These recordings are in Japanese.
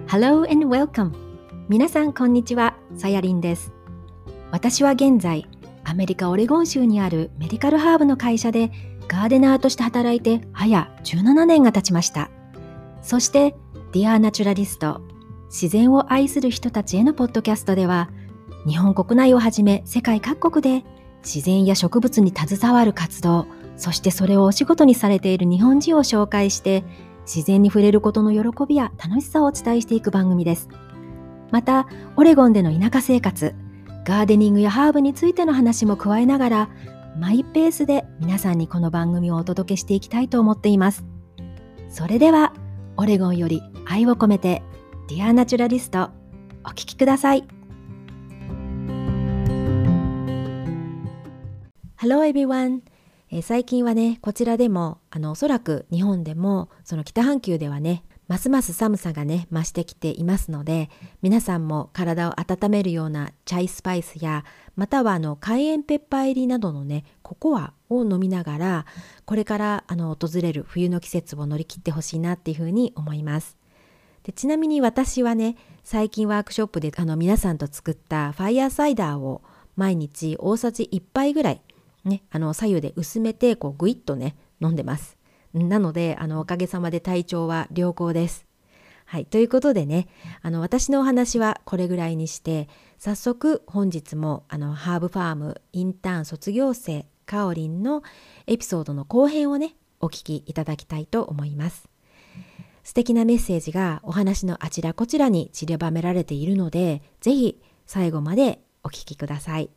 Hello and welcome. 皆さんこんにちは、さやりんです。私は現在、アメリカオレゴン州にあるメディカルハーブの会社でガーデナーとして働いて早17年が経ちました。そして Dear Naturalist 自然を愛する人たちへのポッドキャストでは、日本国内をはじめ世界各国で自然や植物に携わる活動、そしてそれをお仕事にされている日本人を紹介して自然に触れることの喜びや楽しさをお伝えしていく番組です。また、オレゴンでの田舎生活、ガーデニングやハーブについての話も加えながら、マイペースで皆さんにこの番組をお届けしていきたいと思っています。それでは、オレゴンより愛を込めて、Dear Naturalist、お聞きください。Hello everyone。最近はね、こちらでもおそらく日本でもその北半球ではね、ますます寒さがね増してきていますので、皆さんも体を温めるようなチャイスパイスや、またはカイエンペッパー入りなどのねココアを飲みながら、これから訪れる冬の季節を乗り切ってほしいなっていうふうに思います。で、ちなみに私はね、最近ワークショップで皆さんと作ったファイヤーサイダーを毎日大さじ1杯ぐらいね、左右で薄めてグイッとね飲んでます。なのでおかげさまで体調は良好です。はい、ということでね、私のお話はこれぐらいにして、早速本日もハーブファームインターン卒業生かおりんのエピソードの後編をねお聞きいただきたいと思います。素敵なメッセージがお話のあちらこちらに散りばめられているので、ぜひ最後までお聞きください。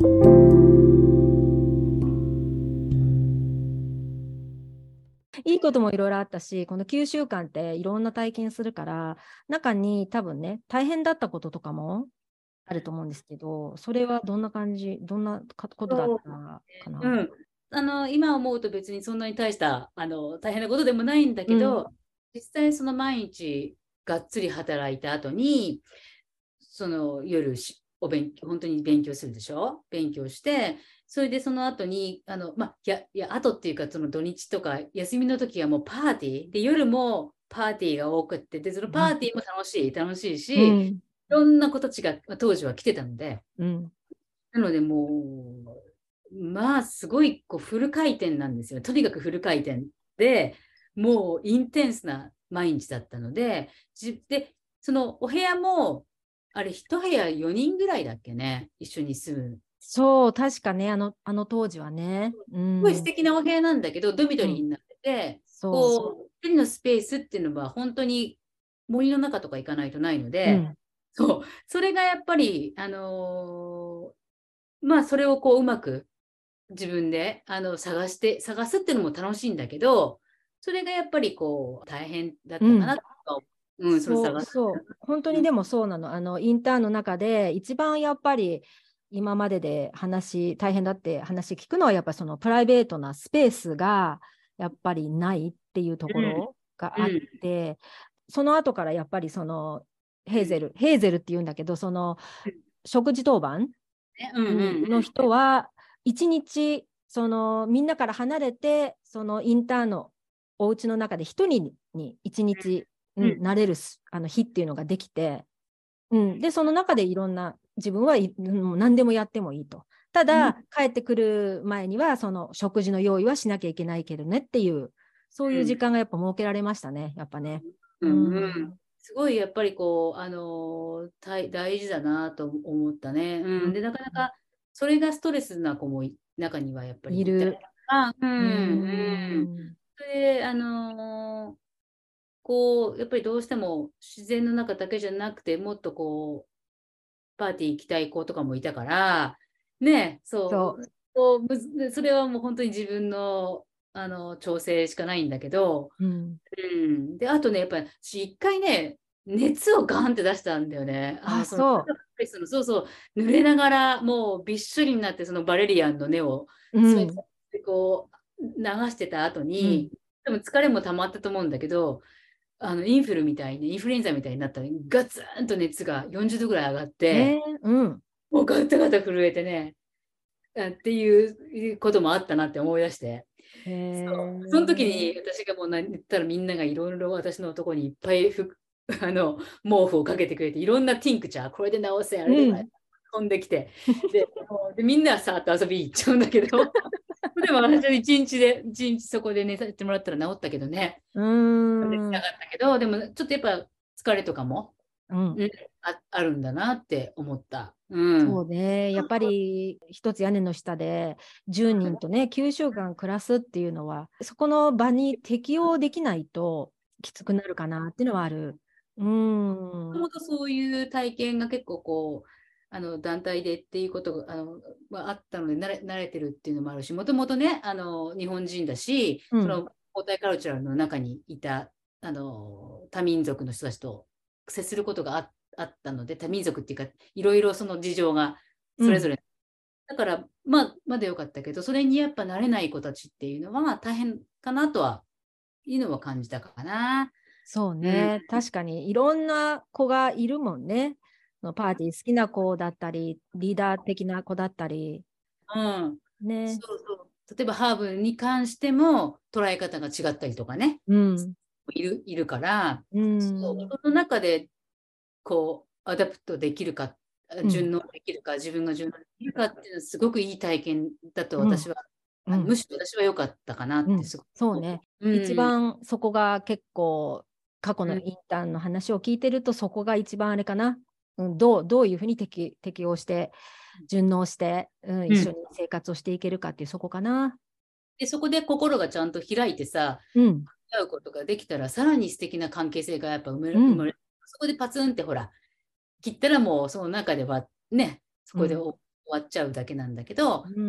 いいこともいろいろあったし、この9週間っていろんな体験するから、中に多分ね、大変だったこととかもあると思うんですけど、それはどんな感じ、どんなことだったかな。 今思うと別にそんなに大した大変なことでもないんだけど、実際その毎日がっつり働いた後に、その夜本当に勉強するでしょ。勉強して、それでその後に後っていうか、その土日とか休みの時はもうパーティーで、夜もパーティーが多くって、でそのパーティーも楽しいし、いろんな子たちが当時は来てたので、なのでもうすごいフル回転なんですよ。とにかくフル回転で、もうインテンスな毎日だったので、でそのお部屋もあれ一部屋4人ぐらいだっけね、一緒に住む。 そう、確かね、あの当時はね、 すごい素敵なお部屋なんだけど、ドミトリーになってて、一人のスペースっていうのは本当に森の中とか行かないとないので、それがやっぱりそれをうまく自分で探すっていうのも楽しいんだけど、それがやっぱり大変だったかなとか、 そう本当にでもそうなの。インターンの中で一番やっぱり今までで大変だって話聞くのは、やっぱりそのプライベートなスペースがやっぱりないっていうところがあって、その後からやっぱりそのヘーゼルっていうんだけど、その食事当番の人は一日そのみんなから離れて、そのインターンのお家の中で一人に一日なれる日っていうのができて、でその中でいろんな自分は何でもやってもいいと。ただ、帰ってくる前にはその食事の用意はしなきゃいけないけどねっていう、そういう時間がやっぱ設けられましたね、やっぱね。 すごいやっぱり大事だなと思ったね。でなかなかそれがストレスな子も中にはやっぱりいる。 それでやっぱりどうしても自然の中だけじゃなくて、もっとパーティー行きたい子とかもいたからね。それはもう本当に自分の調整しかないんだけど、であとね、やっぱり一回ね熱をガンって出したんだよね。濡れながらもうびっしょりになって、そのバレリアンの根をそれで流してた後に、多分疲れも溜まったと思うんだけど、インフルエンザみたいになったらガツンと熱が40度ぐらい上がって、もうガタガタ震えてねっていうこともあったなって思い出して、その時に私がもう言ったら、みんながいろいろ私のところにいっぱい毛布をかけてくれて、いろんなティンクチャー、これで治せ、あれで飛んできて、でみんなはさーっと遊びに行っちゃうんだけど、でも私は一日そこで寝させてもらったら治ったけどね。 うーん。 なかったけど、でもちょっとやっぱ疲れとかも、 うん。 うん、あるんだなって思った。うそうん。 ね。やっぱり一つ屋根の下で10人とね、9週間暮らすっていうのは、そこの場に適応できないときつくなるかなっていうのはある。うーん。 もともとそういう体験が結構こう、団体でっていうことがあったので慣れてるっていうのもあるし、もともとね、日本人だし、 うん。 その交代カルチャーの中にいた多民族の人たちと接することがあったので、多民族っていうか、いろいろその事情がそれぞれ。だから、まだよかったけど、それにやっぱ慣れない子たちっていうのは大変かなとは、いうのは感じたかな。 そううん。 ね。確かにいろんな子がいるもんね。パーティー好きな子だったり、リーダー的な子だったり。 うん。 ね。 そうそう。例えばハーブに関しても捉え方が違ったりとかね、 うん。 いるから、 うそうん。 その中でこうアダプトできるか、 うん。 順応できるか、自分が順応できるかっていうのはすごくいい体験だとうん。 私は、 うん。 むしろ私は良かったかなっうん。 てすごく思そうね。 う。 一うん。 番そこが結構、過去うん。 のインターンの話を聞いてると、そこが一番あれかな。どういうふうに適応して、順応して、一緒に生活をしていけるかっていう、そこかな。 で、そこで心がちゃんと開いてさ、 うん。 会うことができたら、さらに素敵な関係性がやっぱうん。 生まれる。そこでパツンってほら、切ったらもうその中ではね、そうん。 こで終わっちゃうだけなんだけど、 うん。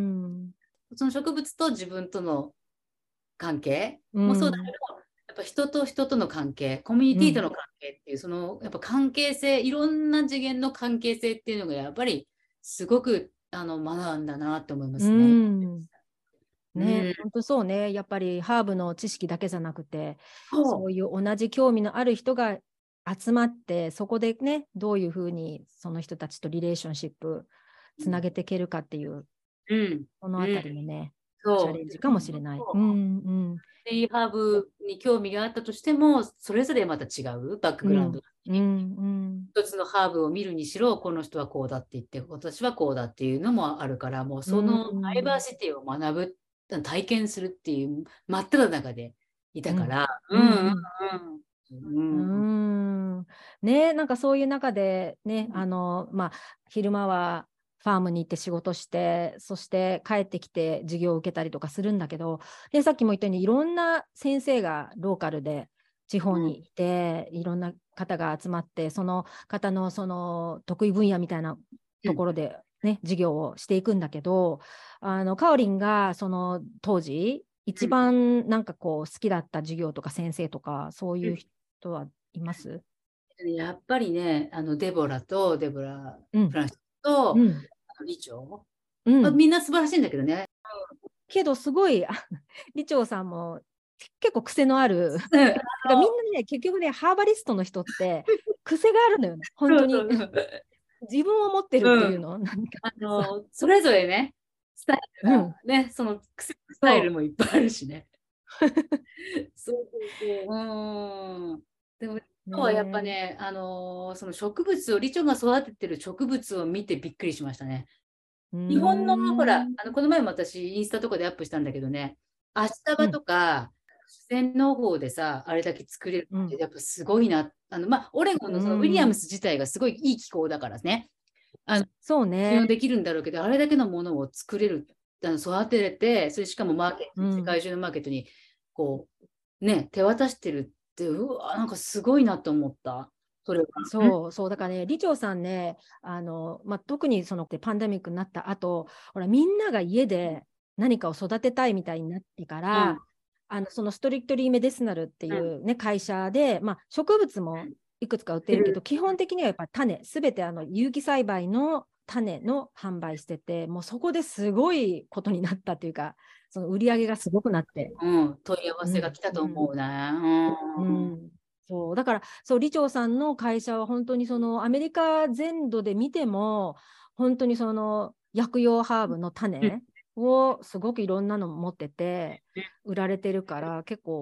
その植物と自分との関係うもそうだん。 けど、やっぱ人と人との関係、コミュニうん。 ティとの関係っていう、そのやっぱ関係性、いろんな次元の関係性っていうのがやっぱりすごく学んだなって思いまうすね。 ん。ね、 うん、 本当そうね。やっぱりハーブの知識だけじゃなくて、そそういう同じ興味のある人が集まって、そこでね、どういうふうにその人たちとリレーションシップう。 つなげていけるかっていう、 うん、 このあたうん、 りもね、チャそう。 レンジかもしれない。うん、うん、 デイハーブに興味があったとしても、それぞれまた違うバックうん、 グラウンド。 うん、うん、 一つのハーブを見るにしろ、この人はこうだって言って、私はこうだっていうのもあるから、もううそのダイバーん、 シティを学ぶ、体験するっていう真っ只中でいたうん、 から、ううん、 んうんうん。 ううーん。うん。 ん。ね、なんかそういう中でね、昼間はファームに行って仕事して、そして帰ってきて授業を受けたりとかするんだけど、で、さっきも言ったようにいろんな先生がローカルで地方にいて、いろんな方が集まって、その方のその得意分野みたいなところでね、授業をしていくんだけど、かおりんがその当時、一番なんかこう好きだった授業とか先生とか、そういう人はいます？ やっぱりね、デボラ・うん、 フランシスと、 うん、 李長、 うん。 みんな素晴らしいんだけどね。 けどすごい、李長さんも結構癖のある。 うん、 だからみんなね、結局ね、ハーバリストの人って癖があるのよね、本当に。 そうそうそう。 自分を持ってるっていううん。 の、なんかさ。 それぞれね、スタイルうん、 がね、そのスタイルそもいっぱいあるしね。そうそうそう。うん。でも、 う。 今日はやっぱねね、その植物を、リチョが育ててる植物を見てびっくりしましたね。 うー日本の、ほら、 ん、 この前も私、インスタとかでアップしたんだけどね、アシタバうん、 とか、自然農法でさ、あれだけ作れるって、 うん、 やっぱすごいな。オレゴンうのそのウィリアムん。 ス自体がすごいいい気候だからね。あの、 そうね。 信用できるんだろうけど、あれだけのものを作れる、育てれて、それしかも世うん。 界中のマーケットに、こね、手渡してるって、うわ、なんかすごいなと思った。それは。 そうそう、だからね、李長さんね、特にそのパンデミックになった後、ほら、みんなが家で何かを育てたいみたいになってかうん。 ら、そのストリクトリー・メディスナルってうん。 いう、ね、会社で、植物もいくつか売ってるけど、基本的にはやっぱ種、すべて有機栽培の種の販売してて、もうそこですごいことになったっていうか、その売り上げがすごくなって。 うん。問い合わうん、 せが来たとうん、 思うな。 ううん。 ん、そうだからそう李長さんの会社は本当にそのアメリカ全土で見ても本当にその薬用ハーブのうん。 種をすごくいろんなの持ってて売られてるから結構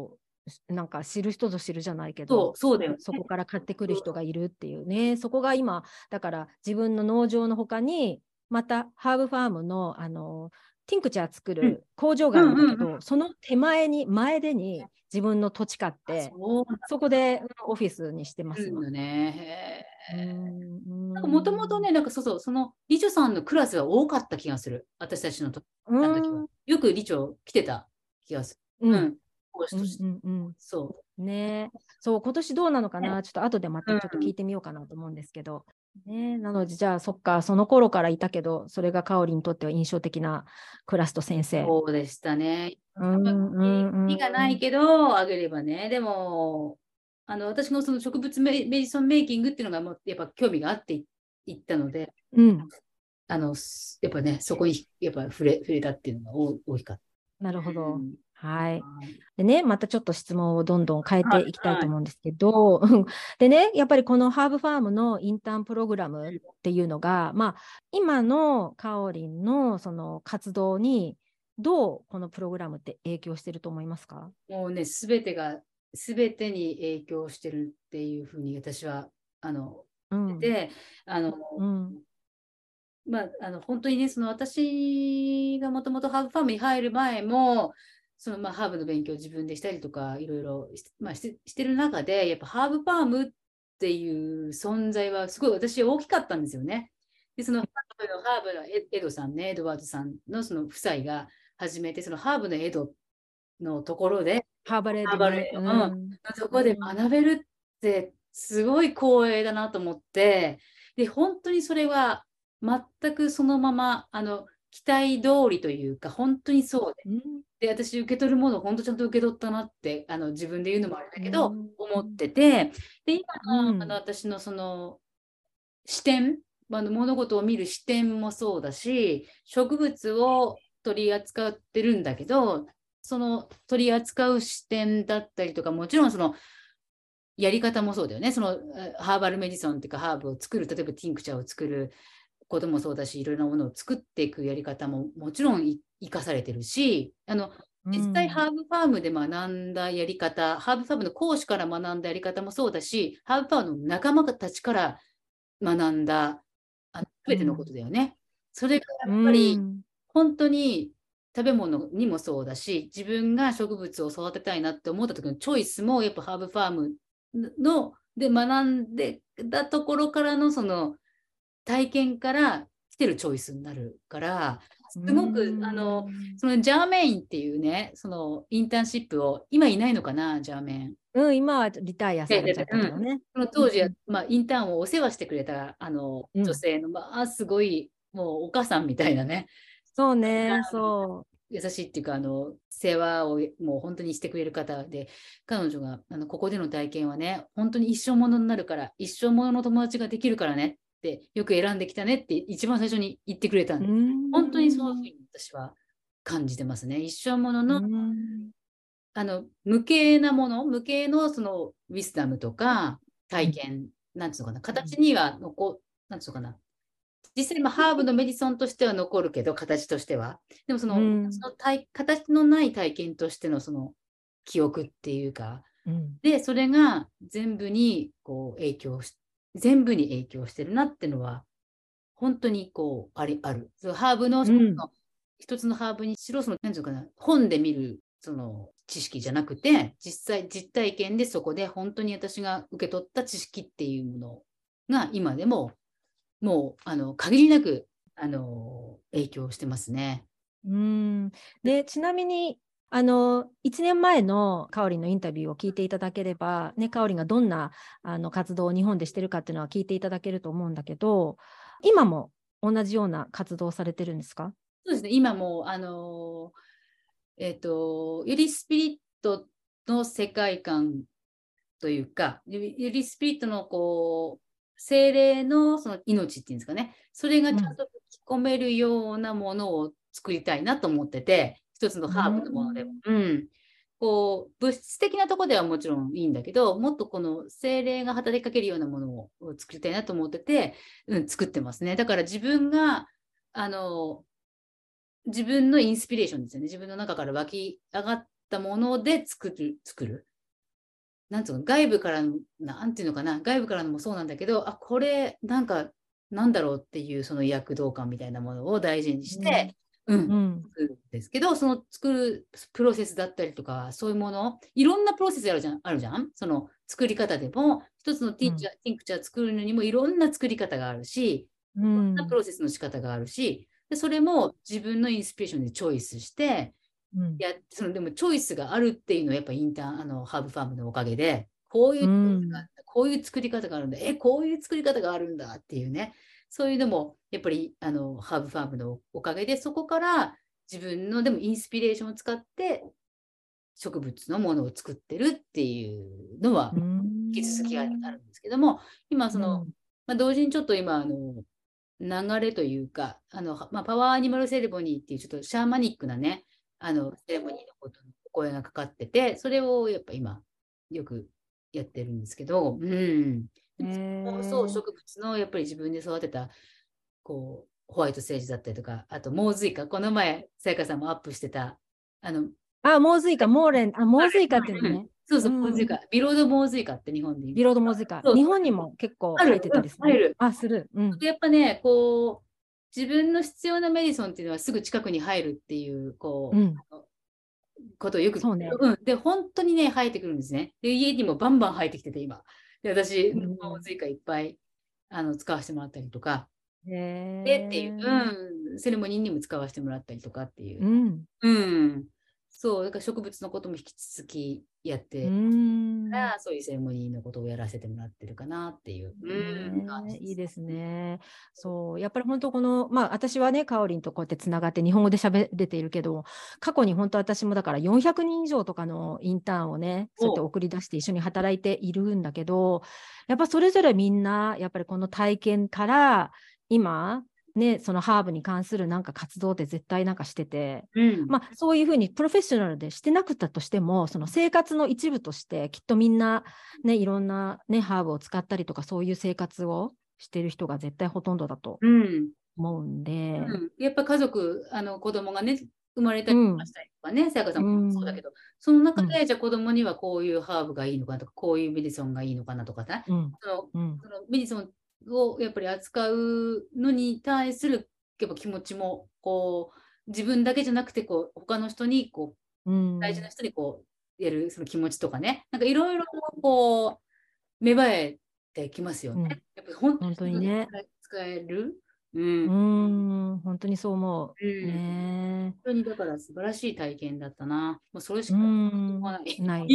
なんか知る人ぞ知るじゃないけそど、 う、そうだよね。 そこから買ってくる人がいるっていうね、そこが今、だから自分の農場のほかに、またハーブファームの、ティンクチャー作うんる工場があるんだけど、その手前に、前でに自分の土地買って、 そうそこでオフィスにしてます、今。 なんだね。もともとね、 うん。 なんかそうそう、その理長さんのクラスが多かった気がする。私たちのうあの時は。 ん。 よく理長来てた気がする。ううん。 ん。講師うん。 として。 うん。うん。 そねえ、そう、今年どうなのかう。ね。 な、ちょっと後でまたちょっと聞うん。 いてみようかなと思うんですけど。ねえ、なので、じゃあ、そっか、その頃からいたけど、それがかおりにとっては印象的なクラスと先生。 そうでしたね。 うやっぱんうんキリがないうん。 けど、あげればね。でも、私のその植物メディソンメイキングっていうのがもうやっぱ興味があっていったので、 うん。 やっぱね、そこにやっぱ触れたっていうのが大きかった。 なるほど。 うん。 はい。 はい。 でね、またちょっと質問をどんどん変えていきたいはい。 と思うんですけど、でね、やっぱりこのハーブファームのインターンプログラムっていうのが、まあ、今のかおりんのその活動に、どうこのプログラムって影響してると思いますか？ もうね、すべてに影響してるっていうふうに私は、 うん。 で、あの、 うん。 本当にね、その私がもともとハーブファームに入る前も、ハーブの勉強を自分でしたりとか、いろいろしてる中で、やっぱハーブファームっていう存在はすごい私大きかったんですよね。で、そのハーブのエドさんね、エドワードさんのその夫妻が始めて、そのハーブのエドのところで、 ハーバレーハーバルでね。ううん、 ん。 そこでうん。 学べるってすごい光栄だなと思って、で、本当にそれは全くそのまま、期待通りというか、本当にそうで、 うん。 で、私受け取るものを本当ちゃんと受け取ったなって、自分で言うのもあれだうけど、 ん。 思ってて、で、今の、 うん。 私のその視点、物事を見る視点もそうだし、植物を取り扱ってるんだけど、その取り扱う視点だったりとか、もちろんそのやり方もそうだよね。そのハーバルメディソンっていうか、ハーブを作る、例えばティンクチャーを作ることもそうだし、いろいろなものを作っていくやり方ももちろん生かされてるし、 う実際ん。 ハーブファームで学んだやり方、ハーブファームの講師から学んだやり方もそうだし、ハーブファームの仲間たちから学んだう全てのことだよね。それがやっぱりん。 本当に食べ物にもそうだし、自分が植物を育てたいなって思った時のチョイスもやっぱハーブファームで学んでたところからのその体験から来てるチョイスになるから、 うすごくん。 そのジャーメインっていうね、そのインターンシップを、今いないのかな、ジャーメイン。 うん、今はリタイアされちゃったうん、 けどね。 その当時は、 うん。 インターンをお世話してくれた女うん。 性の、すごいもうお母さんみたいなね、 そうね、そ優しいっていうか、世話をもう本当にしてくれる方で、彼女がここでの体験はね、本当に一生ものになるから、一生ものの友達ができるからねって、よく選んできたねって一番最初に言ってくれたんう。うで、本当にそういうふうん。 に私は感じてますね。一生ものうの、 ん。 無形のそのウィスダムとか体験、なんつうのかな、形にはなんつうのかな、実際、ハーブのメディソンとしては残るけど、形としては。でもうん形のない体験としてのその記憶っていうか、 うん。 で、それが全部に影響してるなっていうのは、本当にある。そのハーブの、 うん。 一つのハーブにしろ、なんていうのかな、本で見る、その知識じゃなくて、実体験でそこで本当に私が受け取った知識っていうものが今でももう限りなく影響してますね。 うん。で、ちなみに、1年前のかおりんのインタビューを聞いていただければ、ね、かおりんがどんな活動を日本でしてるかっていうのは聞いていただけると思うんだけど、今も同じような活動をされてるんですか？ そうですね、今もよりスピリットの世界観というか、よりスピリットの精霊のその命っていうんですかね、それがちゃんと吹き込めるようなものを作りたいなと思ってて、一つのうハーブのものでも。 ん。 うん。物質的なところではもちろんいいんだけど、もっとこの精霊が働きかけるようなものを作りたいなと思ってて、作ってますね。だから自分が、あの、自分のインスピレーションですよね。自分の中から湧き上がったもので作る。 なんつうの、外部からの、なんていうのかな、外部からのもそうなんだけど、あ、これ、なんか、なんだろうっていう、その躍動感みたいなものを大事にして、作るんですけど、その作るプロセスだったりとか、そういうもの、いろんなプロセスあるじゃん。その作り方でも、一つのティンクチャー作るのにもいろんな作り方があるし、いろんなプロセスの仕方があるし、でそれも自分のインスピレーションでチョイスして、そのでもチョイスがあるっていうのはやっぱハーブファームのおかげで、こういうチョイスがあった、こういう作り方があるんだ、こういう作り方があるんだっていうね、そういうのもやっぱりハーブファームのおかげで、そこから自分のでもインスピレーションを使って植物のものを作ってるっていうのは引き続きあるんですけども、今同時にちょっと今流れというかパワーアニマルセレモニーっていうちょっとシャーマニックなねセレモニーのことのお声がかかってて、それをやっぱ今よくやってるんですけど、そう植物のやっぱり自分で育てたこうホワイトセージだったりとか、あとモウズイカ、この前さやかさんもアップしてたモウズイカ、モウズイカっていうのね。 そうそう、モウズイカ、ビロードモウズイカって日本でビロードモウズイカ。日本にも結構入ってたりする。 する。 やっぱね、こう自分の必要なメディソンっていうのはすぐ近くに入るっていうことをよく、で本当にね生えてくるんですね。で家にもバンバン生えてきてて今で、私モウズイカいっぱい使わせてもらったりとかっていう、セレモニーにも使わせてもらったりとかっていう、そうだから植物のことも引き続きやってそういうセレモニーのことをやらせてもらってるかなっていう、 いいですね。そうやっぱり本当この私はねかおりんとこうやってつながって日本語で喋れているけど、過去に本当私もだから400人以上とかのインターンをねそうやって送り出して一緒に働いているんだけど、やっぱそれぞれみんなやっぱりこの体験から今ね、そのハーブに関するなんか活動って絶対なんかしてて、そういうふうにプロフェッショナルでしてなくったとしても、その生活の一部としてきっとみんな、ね、いろんな、ね、ハーブを使ったりとかそういう生活をしてる人が絶対ほとんどだと思うんで、 やっぱ家族子供がね生まれたりしたりとかね、さやかさんもそうだけど、その中でじゃあ子供にはこういうハーブがいいのかなとか、こういうメディソンがいいのかなとかね、そのメディソンをやっぱり扱うのに対するやっぱ気持ちもこう自分だけじゃなくて他の人に大事な人にやるその気持ちとかね、なんかいろいろ芽生えてきますよね。やっぱり本当にね使える。 本当にそう思う。 本当にだから素晴らしい体験だったな。もうそれしかない。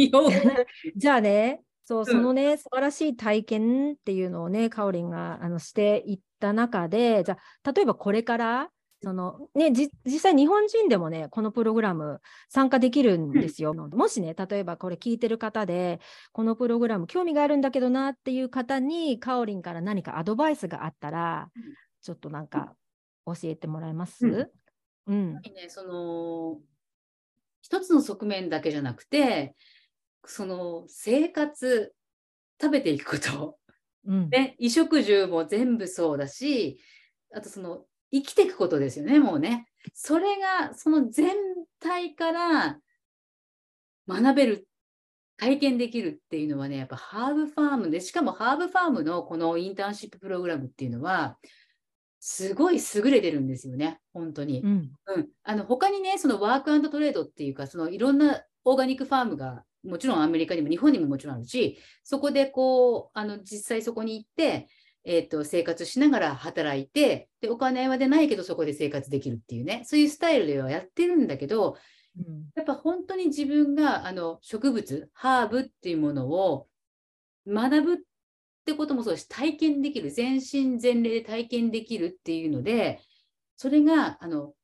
じゃあね、そのね、素晴らしい体験っていうのをね、かおりんがしていった中で、じゃあ例えばこれから実際日本人でもねこのプログラム参加できるんですよ。もしね例えばこれ聞いてる方でこのプログラム興味があるんだけどなっていう方にかおりんから何かアドバイスがあったらちょっとなんか教えてもらえます？ その一つの側面だけじゃなくて、その生活食べていくことね、衣食住も全部そうだし、あとその生きていくことですよね、もうね。それがその全体から学べる、体験できるっていうのはね、やっぱハーブファームで、しかもハーブファームのこのインターンシッププログラムっていうのは、すごい優れてるんですよね、本当に。他にね、そのワーク&トレードっていうか、そのいろんなオーガニックファームがもちろんアメリカにも日本にももちろんあるし、そこで実際そこに行って、生活しながら働いて、でお金は出ないけどそこで生活できるっていうね、そういうスタイルではやってるんだけど、やっぱ本当に自分が植物、ハーブっていうものを学ぶってこともそうだし、体験できる、全身全霊で体験できるっていうので、それが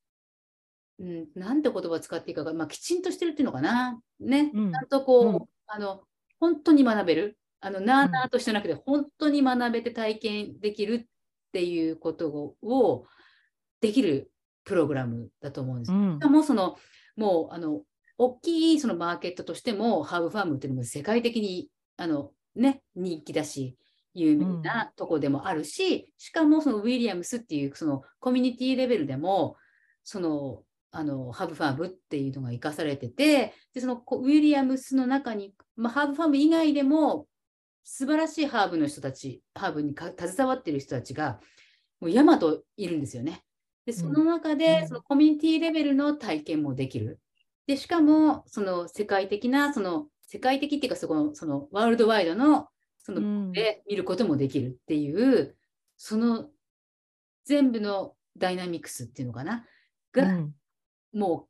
なんて言葉を使っていいかが、きちんとしてるっていうのかな。ね。ちゃんと本当に学べる。なーなーとしてなくて、本当に学べて体験できるっていうことをできるプログラムだと思うんです。しかももう大きいそのマーケットとしても、ハーブファームっていうのも世界的に人気だし、有名なとこでもあるし、しかもそのウィリアムスっていうそのコミュニティレベルでも、そのハーブファームっていうのが生かされてて、で、そのウィリアムスの中に、ハーブファーム以外でも、素晴らしいハーブの人たち、ハーブに携わっている人たちが、もう山といるんですよね。で、その中で、そのコミュニティレベルの体験もできる。で、しかも、その世界的な、世界的っていうか、そのワールドワイドの、で見ることもできるっていう、その全部のダイナミクスっていうのかな、が、もう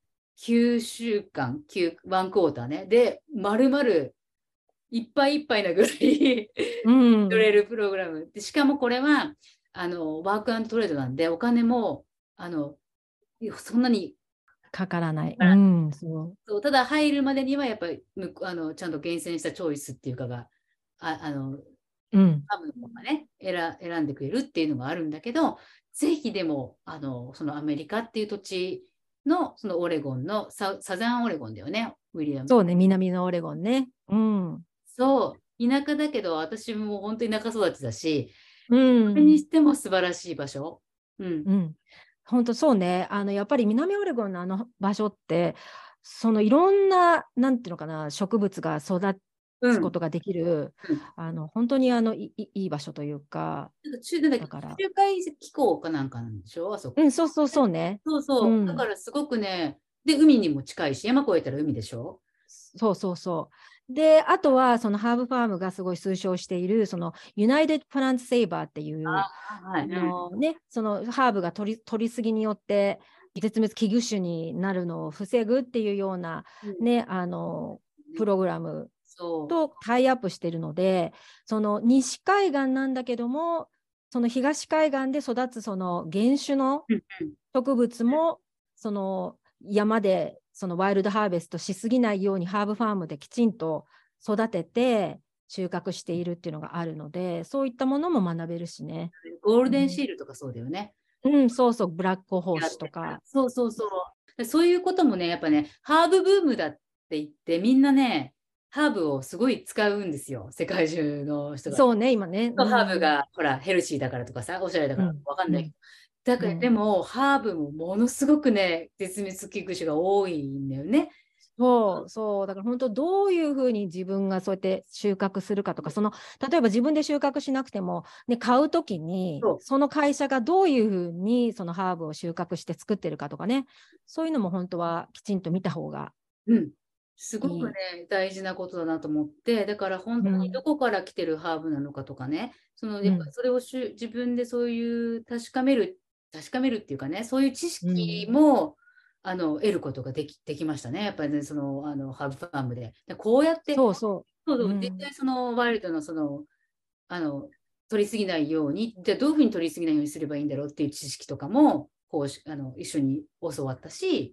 9週間、ワンクォーターね、で、丸々いっぱいいっぱいなぐらい取れるプログラム。で、しかもこれは、ワークアンドトレードなんで、お金も、そんなにかからない。 そうただ入るまでには、やっぱりちゃんと厳選したチョイスっていうかが、ハムの方がね、選んでくれるっていうのがあるんだけど、ぜひでも、そのアメリカっていう土地の、そのオレゴンのサザンオレゴンだよね、ウィリアム。 そうね、南のオレゴンね。 そう、田舎だけど、私も本当に田舎育ちだし、それにしても素晴らしい場所。 本当そうね。やっぱり南オレゴンのあの場所って、そのいろんな、なんていうのかな、植物が育つことができる、本当にいい場所というか。 だから、中海気候かなんかなんでしょ、あそこ。 そうね。 そう。だからすごくね、で、海にも近いし、山越えたら海でしょ。 そう。で、あとは、そのハーブファームがすごい推奨している、そのユナイテッド・プランツ・セイバーっていう、そのハーブが取りすぎによって絶滅危惧種になるのを防ぐっていうような、プログラムとタイアップしてるので、その西海岸なんだけども、その東海岸で育つその原種の植物も、その山でそのワイルドハーベストしすぎないようにハーブファームできちんと育てて収穫しているっていうのがあるので、そういったものも学べるしね。 ゴールデンシールとかそうだよね。 そう、ブラックホーシとか。 そういうこともね、やっぱね、ハーブブームだって言って、みんなね、ハーブをすごい使うんですよ、世界中の人が。 そうね、今ね。 ハーブが、ほら、ヘルシーだからとかさ、おしゃれだからわかんないけど。だから、でも、ハーブもものすごくね、絶滅危惧種が多いんだよね。 そう。だから本当どういうふうに自分がそうやって収穫するかとか、例えば自分で収穫しなくても、ね、買うときに、その会社がどういうふうにそのハーブを収穫して作ってるかとかね、そういうのも本当はきちんと見た方がすごくね、大事なことだなと思って、だから本当にどこから来てるハーブなのかとかね、やっぱそれを自分でそういう確かめるっていうかね、そういう知識も、得ることができましたね、やっぱりね、ハーブファームで。こうやって、絶対ワイルドの取りすぎないように、じゃあどういうふうに取りすぎないようにすればいいんだろうっていう知識とかも、一緒に教わったし、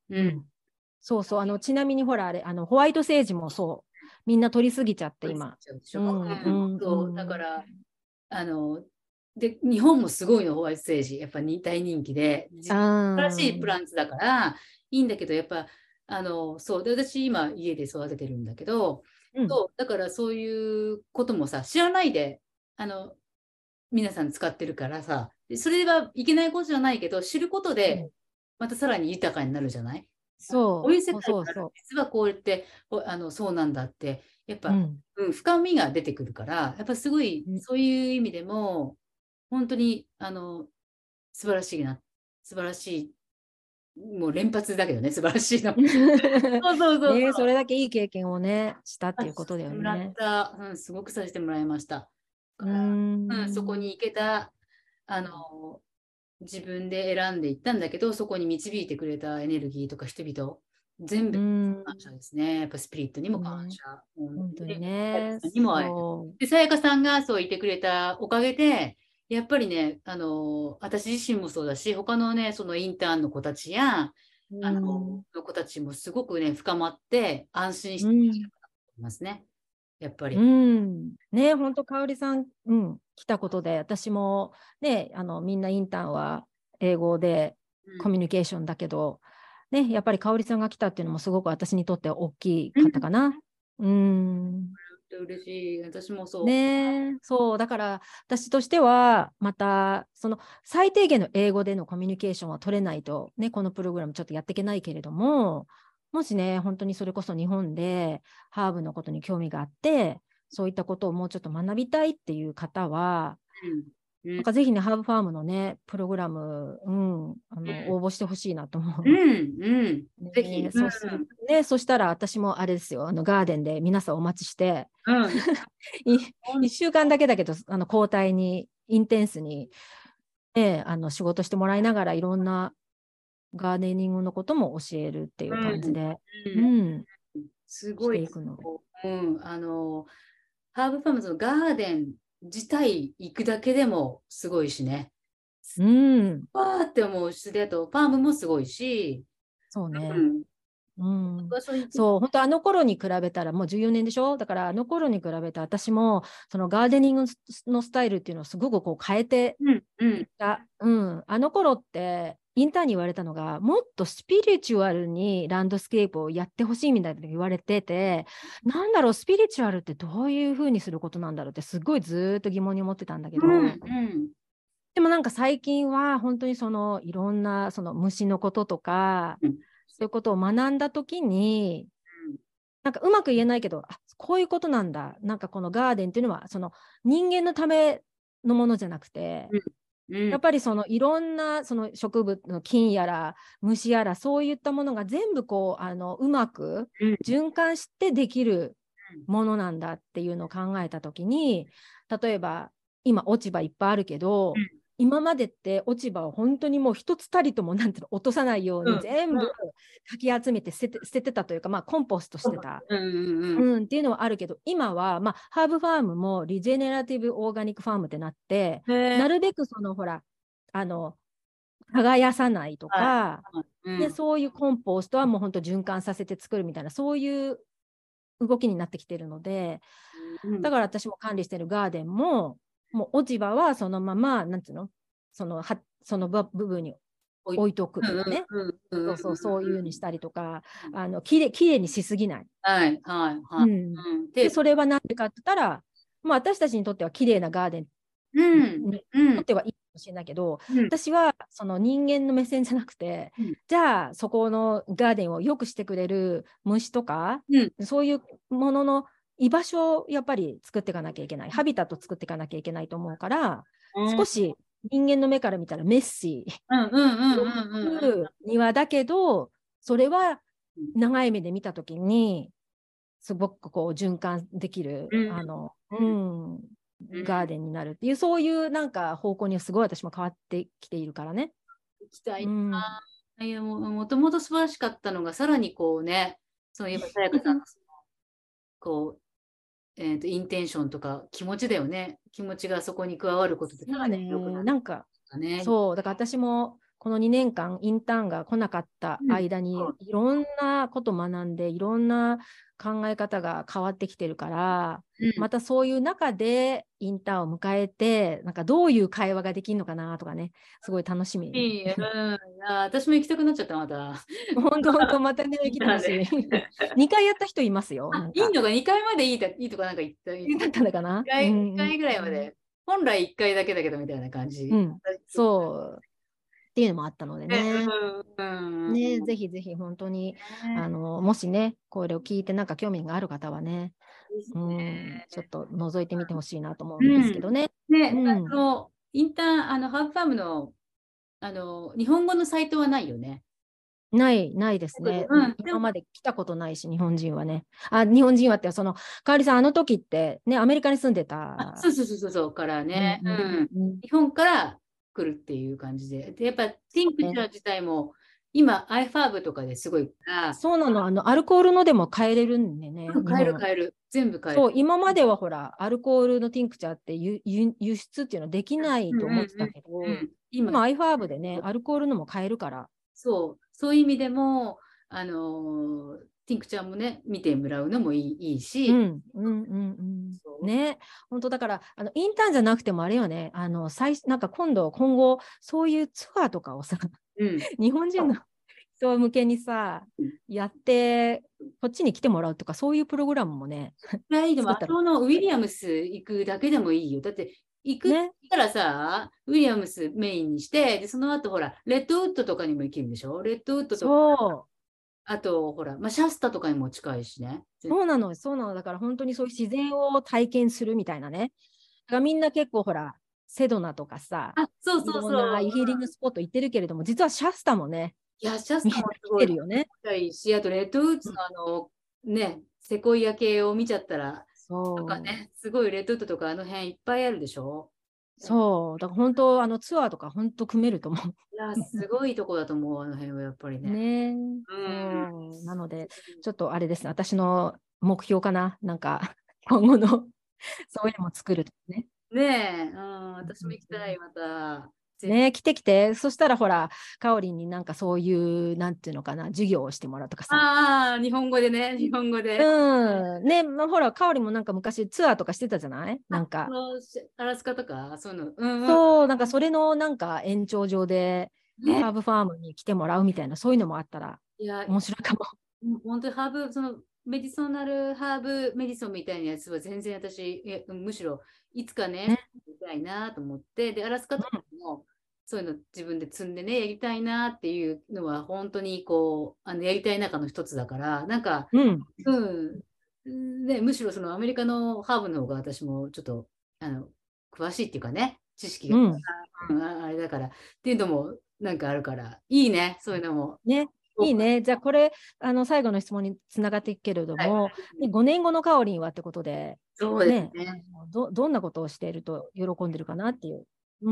ちなみにほら、あれ、ホワイトセージもそう。みんな取りすぎちゃって、今。 だから、で、日本もすごいの、ホワイトセージ。やっぱり大人気で、素晴らしいプランツだから、いいんだけど、やっぱ、そう。で、私、今、家で育ててるんだけど、だからそういうこともさ、知らないで、皆さん使ってるからさ、それはいけないことじゃないけど、知ることで、またさらに豊かになるじゃない。こういう世界から実はこうやってそうなんだってやっぱ、深みが出てくるからやっぱすごい、そういう意味でも本当に素晴らしいもう連発だけどね、素晴らしいのそれだけいい経験をねしたっていうことだよね。 すごくさせてもらいました。そこに行けた自分で選んでいったんだけど、そこに導いてくれたエネルギーとか人々、全部感謝ですね。やっぱスピリットにも感謝。 本当にね。 にも会えで、さやかさんがそう言ってくれたおかげで、やっぱりね、私自身もそうだし、他のね、そのインターンの子たちや、の子たちもすごくね、深まって、安心していますね。やっぱり。 ね、本当、香織さん、来たことで、私も、ね、みんなインターンは英語でコミュニケーションだけど、ね、やっぱり香織さんが来たっていうのもすごく私にとって大きかったかな。 嬉しい。私もそう。 ねえ、そう、だから私としては、また、その最低限の英語でのコミュニケーションは取れないと、ね、このプログラムちょっとやっていけないけれども、もしね、本当にそれこそ日本でハーブのことに興味があって、そういったことをもうちょっと学びたいっていう方は、なんかぜひね、ハーブファームのね、プログラム、応募してほしいなと思う。 ぜひ。 ね、そうするね、そしたら私もあれですよ、ガーデンで皆さんお待ちして、1週間だけだけど、交代に、インテンスに、ね、仕事してもらいながら、いろんなガーデニングのことも教えるっていう感じで、 すごい。 していくので。 ハーブファームズのガーデン自体行くだけでもすごいしね。わーって思うし、で、あと、ファームもすごいし、 そうね。 そう、 本当あの頃に比べたらもう14年でしょ。だからあの頃に比べて私もそのガーデニングのスタイルっていうのをすごくこう変えていた。あの頃ってインターンに言われたのがもっとスピリチュアルにランドスケープをやってほしいみたいな言われてて、なんだろう、スピリチュアルってどういうふうにすることなんだろうってすごいずっと疑問に思ってたんだけど、でもなんか最近は本当にそのいろんなその虫のこととか、そういうことを学んだときに、なんかうまく言えないけど、こういうことなんだ。なんかこのガーデンっていうのはその人間のためのものじゃなくて、やっぱりそのいろんなその植物の菌やら虫やらそういったものが全部こううまく循環してできるものなんだっていうのを考えたときに、例えば今落ち葉いっぱいあるけど、今までって落ち葉を本当にもう一つたりともなんていうの落とさないように全部かき集めて捨ててたというか、まあ、コンポストしてた、っていうのはあるけど、今は、まあ、ハーブファームもリジェネラティブオーガニックファームってなって、なるべくそのほら耕さないとか、でそういうコンポストはもう本当循環させて作るみたいな、そういう動きになってきてるので、だから私も管理してるガーデンも、もう落ち葉はそのまま、なんていうの、その部分に置いとくとかね。そういうにしたりとか、きれいにしすぎない。で、それは何でかって言ったら、まあ、私たちにとってはきれいなガーデンにとってはいいかもしれないけど、私はその人間の目線じゃなくて、じゃあそこのガーデンを良くしてくれる虫とか、そういうものの居場所をやっぱり作っていかなきゃいけない、ハビタット作っていかなきゃいけないと思うから、少し人間の目から見たらメッシー庭だけど、それは長い目で見たときにすごくこう循環できるガーデンになるっていう、そういうなんか方向にすごい私も変わってきているからね。 行きたいな。いや、もともと素晴らしかったのが、さらにこうね、その今、さやかさんのこう、インテンションとか気持ちだよね。気持ちがそこに加わることで、さらに良くなる。 なんか、そう、だから私もこの2年間インターンが来なかった間にいろんなこと学んで、いろんな考え方が変わってきてるから、またそういう中でインターンを迎えて、なんかどういう会話ができるのかなとかね、すごい楽しみ。 私も行きたくなっちゃった、また。 本当、またね、来てほしい。2回やった人いますよ。 いいのが2回までいいとかなんか言った。 だったのかな 2回ぐらいまで。本来1回だけだけどみたいな感じ。 そう。っていうのもあったのでね。ね、ぜひぜひ本当に、もしね、これを聞いてなんか興味がある方はね、ちょっと覗いてみてほしいなと思うんですけどね。 インターン、ハーブファームの、日本語のサイトはないよね。 ないですね。今まで来たことないし、日本人はね。日本人はって、その、かおりさん、あの時って、ね、アメリカに住んでた。 そうからね。日本から来るっていう感じで。で、やっぱ、ティンクチャー自体も、今、iFarb とかですごい。 そうなの、アルコールのでも買えれるんでね。 買える。全部買える。 そう、今まではほら、アルコールのティンクチャーって輸出っていうのはできないと思ってたけど、今、iFarb でね、アルコールのも買えるから。 そういう意味でも、ティンクチャーもね、見てもらうのもいいし。 ね、本当だから、インターンじゃなくてもあれよね、なんか今後、そういうツアーとかをさ、日本人の人向けにさ、やって、こっちに来てもらうとか、そういうプログラムもね、 いいでも、 作ったら。 ウィリアムス行くだけでもいいよ。だって、行くっね。 たらさ、ウィリアムスメインにして、で、その後、ほら、レッドウッドとかにも行けるんでしょ？レッドウッドとか、 そう。 あと、ほら、まあ、シャスタとかにも近いしね。 そうなの、そうなの。だから本当にそういう自然を体験するみたいなね。だからみんな結構ほら、セドナとかさ、 あ、そういろんそうそう。 なヒーリングスポット行ってるけれども、実はシャスタもね、 いや、シャスタみんな来もすごいてるよね。 近いし、あと、レッドウッズうん、 のね、セコイア系を見ちゃったら、とかそう。 ね、すごいレッドウッドとかあの辺いっぱいあるでしょ？ そう。だから本当、ツアーとか本当組めると思う。 いや、すごいとこだと思う、あの辺はやっぱりね。 ねえ、 うん。 そう。なので、ちょっとあれですね、私の目標かな。なんか、今後のそういうのも作るとかね。 ねえ、うん、 うん私うんうん、 も行きたい、また。 ねえ、来て来て。そしたらほら、かおりんになんかそういう、なんていうのかな、授業をしてもらうとかさ。 ああ、日本語でね、日本語で。 うん。ね、まあ、ほら、かおりんもなんか昔ツアーとかしてたじゃないなんか。 アラスカとか、そういうの。うんうん。 そう、なんかそれのなんか延長上で、 ね、 ハーブファームに来てもらうみたいな、そういうのもあったらいや、 面白いかも。 本当にハーブ、メディソナルハーブメディソンみたいなやつは全然私、むしろいつかね、 ね。 やりたいなと思って、で、アラスカとかも、そういうの自分で積んでね、やりたいなっていうのは、本当にこう、やりたい中の一つだから、なんか、 うん。 うん、ね、むしろそのアメリカのハーブの方が私もちょっと、あの、詳しいっていうかね、知識が、 うん。 あれだから、っていうのもなんかあるから、いいね、そういうのも。 ね。いいね。じゃあ、これ、最後の質問につながっていくけれどはい、 も、で5年後のかおりんはってことで、 そうですね、 ね。 どんなことをしていると喜んでるかなっていう。うん。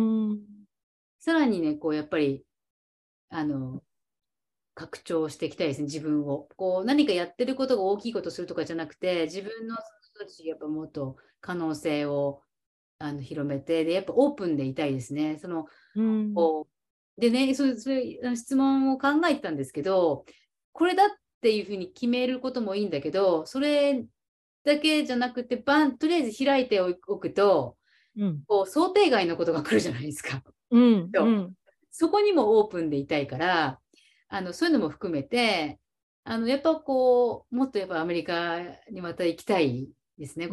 さらにね、こう、やっぱり、あの、拡張していきたいですね、自分を。こう、何かやってることが大きいことするとかじゃなくて、自分の人たち、やっぱもっと可能性を広めて、で、やっぱオープンでいたいですね。 うん。 こでね、質問を考えてたんですけど、これだっていうふうに決めることもいいんだけど、それだけじゃなくて、とりあえず開いておくと、 うん。 こう想定外のことが来るじゃないですか。 うん。うん。 そこにもオープンでいたいから、そういうのも含めて、やっぱこう、もっとやっぱアメリカにまた行きたいですね。 うん。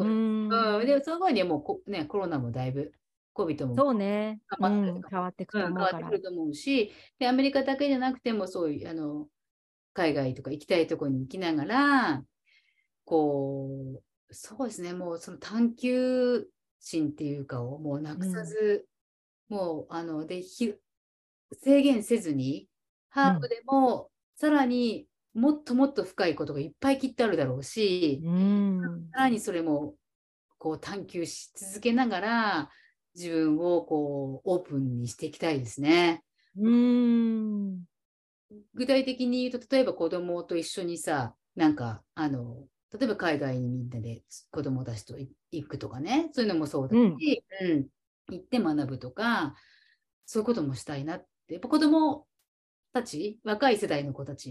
で、その前にはもうね、コロナもだいぶ、COVID もそうね。 頑張ってるうん。変わっていくと変思うから。 わってくると思うし、で、アメリカだけじゃなくても、そういう、海外とか行きたいところに行きながら、こう、そうですね、もうその探求心っていうかをもうなくさうん。 ず、もう、制限せずに、ハーブうん。 でもさらにもっともっと深いことがいっぱいきっとあるだろうし、 うん。 さらにそれもこう探求し続けながら、自分をこうオープンにしていきたいですね。 うん。 具体的に言うと、例えば子供と一緒にさ、なんか、例えば海外にみんなで子供たちと行くとかね、そういうのもそうだうん。 し、うん、行って学ぶとか、そういうこともしたいなって、やっぱ子供たち、若い世代の子たちって、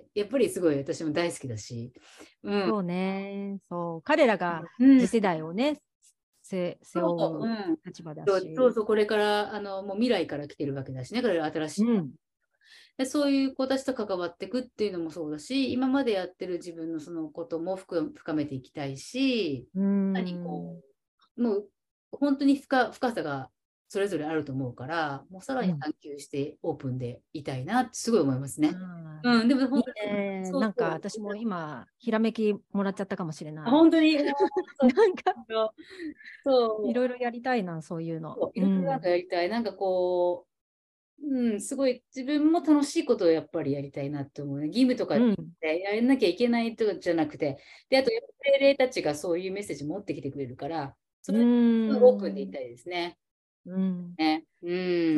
やっぱりすごい私も大好きだし、うん、 そうね。そう。彼らがうん、 次世代をね、背そう、 負ううん、 立場だし。 そうそう、これから、もう未来から来てるわけだしね、これ新しい。 うん。 で、そういう子たちと関わっていくっていうのもそうだし、今までやってる自分のそのことも深めていきたいし、 う何こん。 う、もう本当に深さがそれぞれあると思うから、もうさらうん。 に探求してオープンでいたいなってすごい思いますね。 ああ、 うん、でもいい本当に、 ね。なんかそうそう。 私も今、ひらめきもらっちゃったかもしれない。 本当に、そなんか、 うそいろいろやりたいな、そういうの。 いろいろなんうん。 かやりたい。なんかこう、うん、すごい自分も楽しいことをやっぱりやりたいなって思うね。義務とかうん。 でやらなきゃいけないとかじゃなくて、で、あと、やっぱ精霊たちがそういうメッセージ持ってきてくれるから、そうれオープンでいん。 たいですね。 うん。 ね。うん。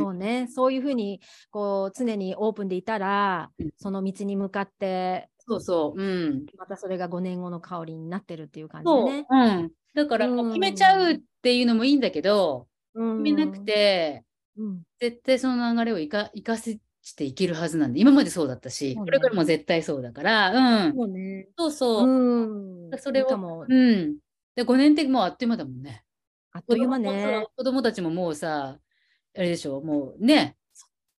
そうね。そういうふうに、こう、常にオープンでいたら、その道に向かって、 そうそう。うん。 またそれが5年後の香りになってるっていう感じでそう。 ね。 うん。だかうら、もう決めちゃうっん。 ていうのもいいんだけど、 う決めなくん。 て、 うん。 絶対その流れを生かしていけるはずなんで、今までそうだったし、 そうね。 これからも絶対そうだから、うん。 そうね。 そうそうん。 う。それを、 いいかも。 うん。で、5年ってもうあっという間だもんね。 あっという間ね。 子供たちももうさ、あれでしょ、もうね、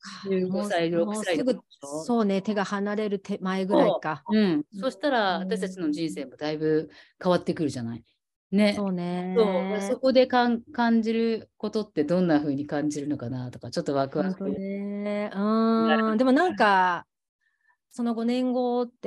15 も歳、 う、 6 もうすぐ、 歳とかでしょ。 そうね、手が離れる手前ぐらいそか。 う。うん。 うんそしたら、私たちの人生もだいぶ変わってくるじゃない。ね。 そうそう。 ね。 そこで感じることってどんな風に感じるのかなとか、ちょっとワクワ本当ク。 ね。でもなんか、その5年後って、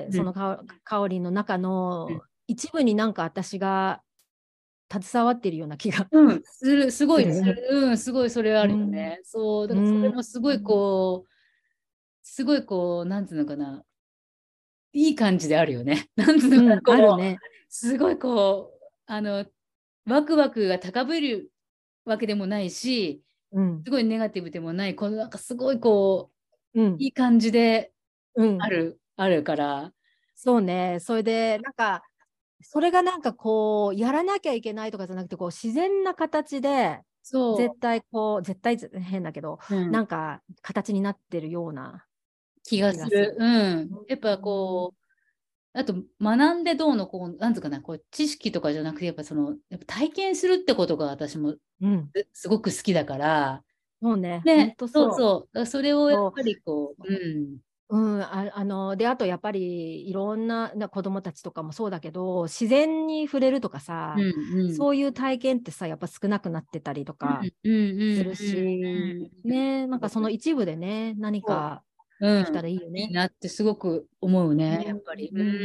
うん。 そのかおりんの中うん。 の一部になんか私が携わっているような気がうん、すごい、 する。 すごいそれはあうん。 るよね。そう、だからそれうん。 もすごいこう、すごいこう、なんつうのかな、いい感じであるよね。なんつうのかな、 うん、あるこう、 ね。 すごいこう、ワクワクが高ぶるわけでもないし、 うん。 すごいネガティブでもない、このなんかすごいこう、 うん。 いい感じでうん。 あるから、 そうね。それで、なんか、それがなんかこう、やらなきゃいけないとかじゃなくて、こう、自然な形で、 そ絶対こう、絶対変だけど、 う、うん、 なんか形になってるような気が気がする。 する。うん。やっぱうん。 こう、あと学んでどうのこう、なんつうかな、こう知識とかじゃなくて、やっぱその、やっぱ体験するってことが私もうん。 すごく好きだから、 もうね、ほんね、 とそう。 そうそう。だからそれをやっそぱりこう、うん、 う。うん、で、あとやっぱりいろんな子供たちとかもそうだけど、自然に触れるとかうん、 さ、 うん、 そういう体験ってさ、やっぱ少なくなってたりとうん、 かうん、うん、 するし、ね、なんかその一部でね、何そかう、うできたん、 らいいよね。 いいなってすごく思うね、やっうん、 ぱり。 うん、うん、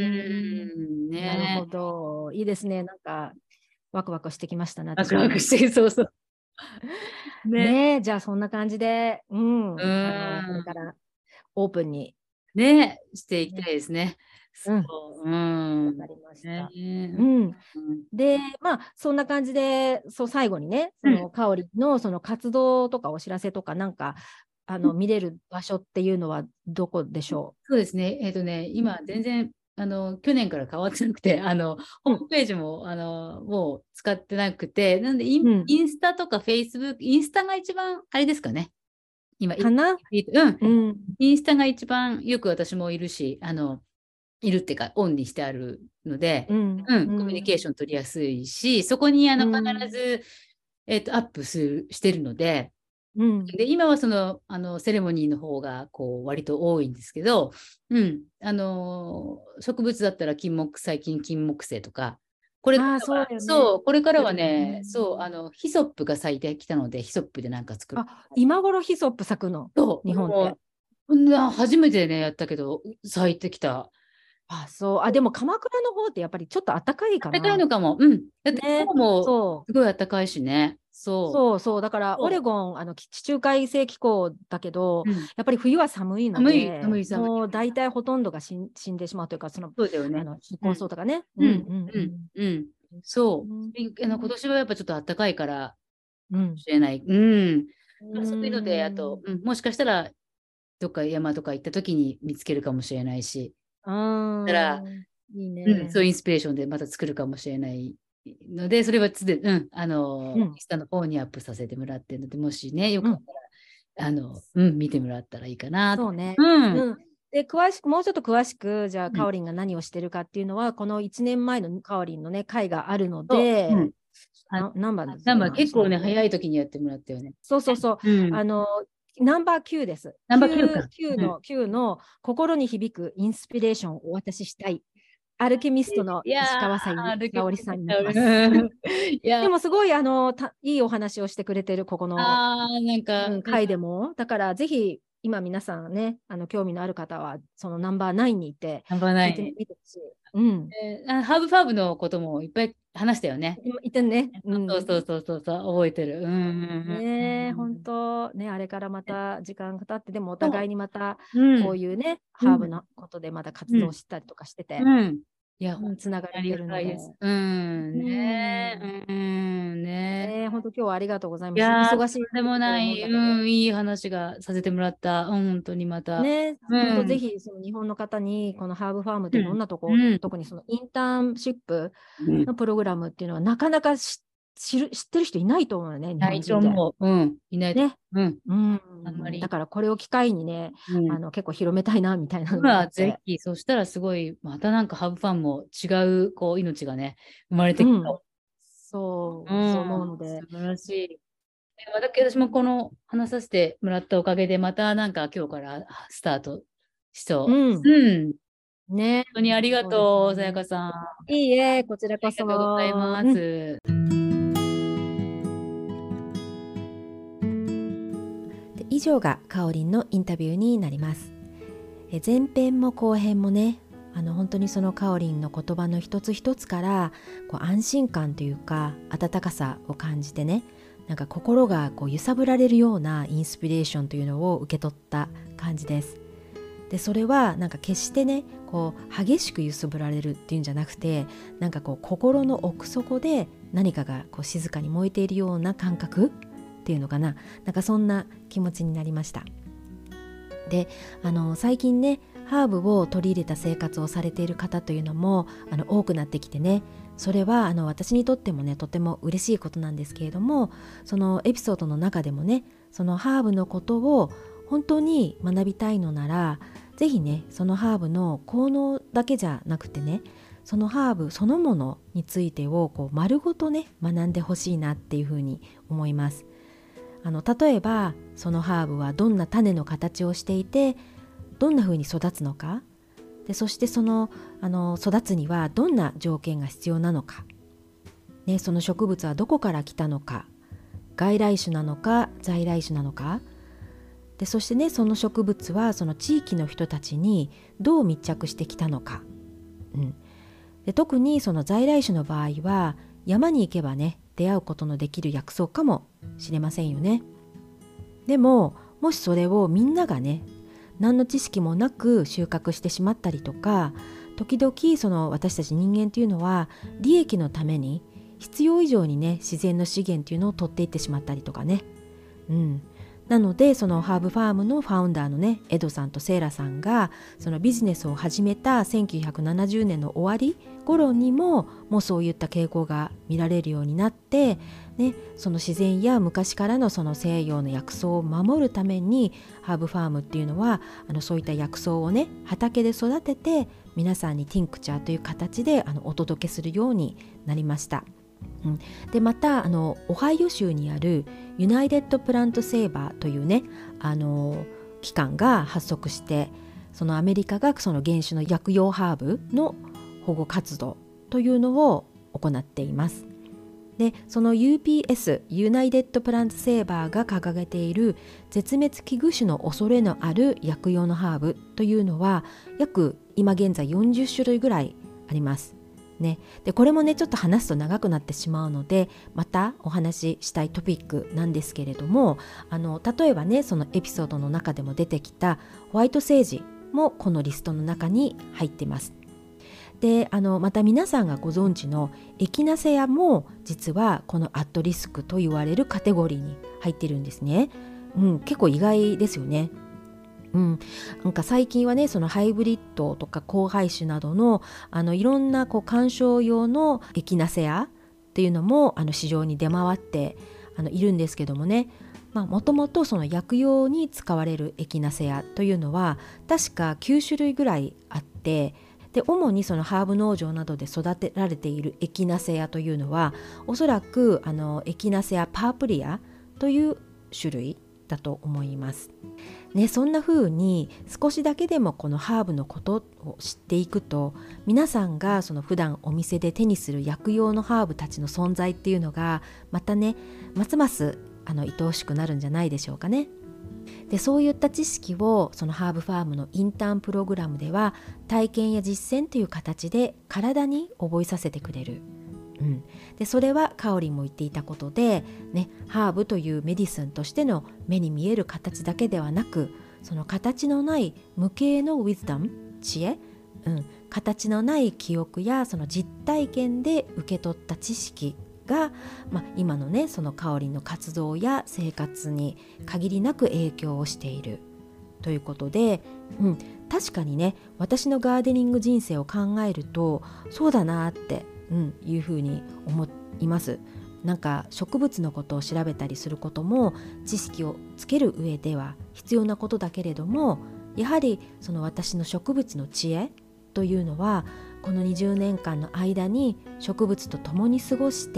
なるほね。 ど。いいですね。なんか、ワクワクしてきましたね、 ワク私も。 ワクして、そうそう。ね。 ねえ、じゃあそんな感じで、 うこれん。 からオープンに。 ね、していきたね、 いですね。そうん、 う、うん。 わかりましね。 た。うん。 うん。 で、まあ、そんな感じで、そう、最後にね、 うん。 そうですね。今、全然、去年から変わってなくて、ホう？うん、 ームページも、もう使ってなくて、なんでうん、 インスタとかフェイスブック、インスタが一番、あれですかね。今、 かな。 うん。 うん、 インスタが一番よく私もいるし、いるっていうか、オンにしてあるので、 うん、 うん、 うコミュニケーシん、 ョン取りやすいし、そこにう必ん、 ず、アップしてるので、 うん。 で、今はその、セレモニーの方が、こう、割と多いんですけど、うん、植物だったら最近金木犀とか、これかああ、そうらは、 だよね。 そう、これからはうね、そう、 ん、 ヒソップが咲いてきたので、ヒソップでなんか作る。 あ、今頃ヒソップ咲くの、 そう、 日本って。 もう、こんな初めてね、やったけど、咲いてきた。 あ、そう。あ、でも鎌倉の方ってやっぱりちょっと暖かいか暖かいな。 のかも。うん。だってね。 今日もそう。 すごい暖かいしね。そう。 そうそう。だから、オレそゴン、地中海性気候だけど、 う。うん。 やっぱり冬は寒いの寒い、 で、 寒い、寒い。 もう大体ほとんどが死んでしまうというか、 そうだよね。 宿根うん。 草とかね。ううん。 んうんうん。うん。そう。 うん。 今年はやっぱちょっと暖かいからかもうん。 しれない。うん。 うそういうので、あと、 ん。 うん、もしかしたら、どっか山とか行った時に見つけるかもしれないし、たら、 うん。いいうん、そうね。 いうインスピレーションでまた作るかもしれないので、それはうん、インうん。 スタの方にアップさせてもらってるので、もしね、ようん。 かったら、うん、見てもらったらいいかなと。 そうね。 うん、 うん。で、もうちょっと詳しく、じゃあ、かおりんが何をしてるかっていうのは、この1年前のかおりんのね、回があるのそう、うで、 ん。あ、 何番ですナンバー今、 結構ね、 調べて。 早い時にやってもらったよね。 そうそうそう。 うん。 ナンバー9です。 ナンバー9か。 9 うん。 の心に響くインスピレーションをお渡ししたい。アルケミストのいや石川さゆりー、 沙織さんになってます。 いやー、 でもすごいいいお話をしてくれてるここの、 なんか、 回でも。だからぜひ今皆さんね、興味のある方はそのナンバー9に行ってナンバー聞いて 9。 みてほしい。うん。 ハーブファーブのこともいっぱい話したよね。 いてね。うそうそん。 うそうそうそう、覚えてる。うんうんうねえ、本ん当ね、あれからまた時間が経って、でもおそ互いにまたう。うん。 こういうね、 うん。 ハーブのことでまだ活うん。 動したりとかしてて、 うん。いや、本つながれ当にありがてるので、 たいです。うん。 うねん。 え。うん。ねえ。 ねえ、本当今日はありがとうございます。 いやー、と忙しいんでもとない、 思うんだけど、 うん、いい話がさせてもらった。うん、本当にまた。 ね、 うん。 本当ぜひその日本の方にこのハーブファームってどんうん。 なとこ、 うん。 特にそのインターンシップうん。 のプログラムっていうのはなかなか知ってる人いないと思うよね、日ない本人で。 と思う。うん。いないと。 ね。 うん。 うあんまん。だり。 からこれを機会にね、 うん。 結構広めたいなみたいなのがあ今って。 ぜひ、そしたらすごい、またなんかハーブファンも違う、こう、命がね、生まれてきそうん。 う。うそう思うん。 ので、 素晴らしい。 私もこの話させてもらったおかげで、またなんか今日からスタートしそう。 うん。 うん。 ね。 本当にありがそうですとう、さやかよね。 さん。あいいえ、こちらこりがとうございそ。 まうん。 す。 で、以上がかおりんのインタビューになります。前編も後編もね、本当にそのかおりんの言葉の一つ一つからこう安心感というか温かさを感じてね、なんか心がこう揺さぶられるようなインスピレーションというのを受け取った感じです。でそれはなんか決してねこう激しく揺さぶられるっていうんじゃなくて、なんかこう心の奥底で何かがこう静かに燃えているような感覚っていうのかな、なんかそんな気持ちになりました。で最近ねハーブを取り入れた生活をされている方というのも多くなってきてね、それは私にとってもねとても嬉しいことなんですけれども、そのエピソードの中でもねそのハーブのことを本当に学びたいのなら、ぜひねそのハーブの効能だけじゃなくてね、そのハーブそのものについてをこう丸ごとね学んでほしいなっていうふうに思います。例えばそのハーブはどんな種の形をしていてどんな風に育つのか、でそしてその育つにはどんな条件が必要なのか、ね、その植物はどこから来たのか、外来種なのか在来種なのか、でそしてねその植物はその地域の人たちにどう密着してきたのか、で特にその在来種の場合は山に行けばね出会うことのできる薬草かもしれませんよね。でももしそれをみんながね何の知識もなく収穫してしまったりとか、時々その私たち人間というのは利益のために必要以上にね自然の資源というのを取っていってしまったりとかね、なのでそのハーブファームのファウンダーのねエドさんとセイラさんがそのビジネスを始めた1970年の終わり頃にもうそういった傾向が見られるようになって、ね、その自然や昔からのその西洋の薬草を守るためにハーブファームっていうのはそういった薬草をね畑で育てて皆さんにティンクチャーという形でお届けするようになりました。でまたオハイオ州にあるユナイテッド・プラント・セーバーというね機関が発足して、そのアメリカがその原種の薬用ハーブの保護活動というのを行っています。でその UPS ユナイテッド・プラント・セーバーが掲げている絶滅危惧種の恐れのある薬用のハーブというのは約今現在40種類ぐらいありますね。でこれもねちょっと話すと長くなってしまうのでまたお話ししたいトピックなんですけれども、例えばねそのエピソードの中でも出てきたホワイトセージもこのリストの中に入っています。でまた皆さんがご存知のエキナセアも実はこのアットリスクと言われるカテゴリーに入ってるんですね。結構意外ですよね。なんか最近はねそのハイブリッドとか交配種などのいろんな観賞用のエキナセアっていうのも市場に出回っているんですけどもね、もともとその薬用に使われるエキナセアというのは確か9種類ぐらいあって、で主にそのハーブ農場などで育てられているエキナセアというのはおそらくエキナセアパープリアという種類だと思いますね。そんな風に少しだけでもこのハーブのことを知っていくと、皆さんがその普段お店で手にする薬用のハーブたちの存在っていうのがまたねますます愛おしくなるんじゃないでしょうかね。でそういった知識をそのハーブファームのインターンプログラムでは体験や実践という形で体に覚えさせてくれる。でそれはカオリンも言っていたことで、ハーブというメディスンとしての目に見える形だけではなく、その形のない無形のウィズダム、知恵、形のない記憶やその実体験で受け取った知識が、今のねそのカオリンの活動や生活に限りなく影響をしているということで、確かにね私のガーデニング人生を考えるとそうだなっていうふうに思います。なんか植物のことを調べたりすることも知識をつける上では必要なことだけれども、やはりその私の植物の知恵というのはこの20年間の間に植物と共に過ごして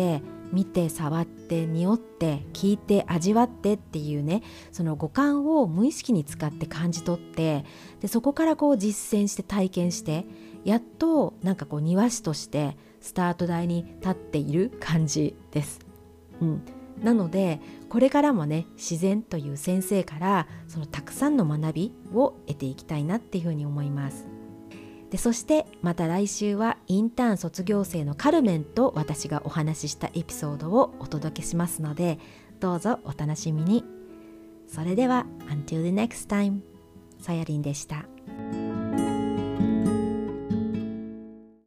見て触って匂って聞いて味わってっていうね、その五感を無意識に使って感じ取って、でそこからこう実践して体験して、やっとなんかこう庭師としてスタート台に立っている感じです。なのでこれからもね、自然という先生からそのたくさんの学びを得ていきたいなっていうふうに思います。でそしてまた来週はインターン卒業生のカルメンと私がお話ししたエピソードをお届けしますので、どうぞお楽しみに。それでは Until the next time、さやりんでした。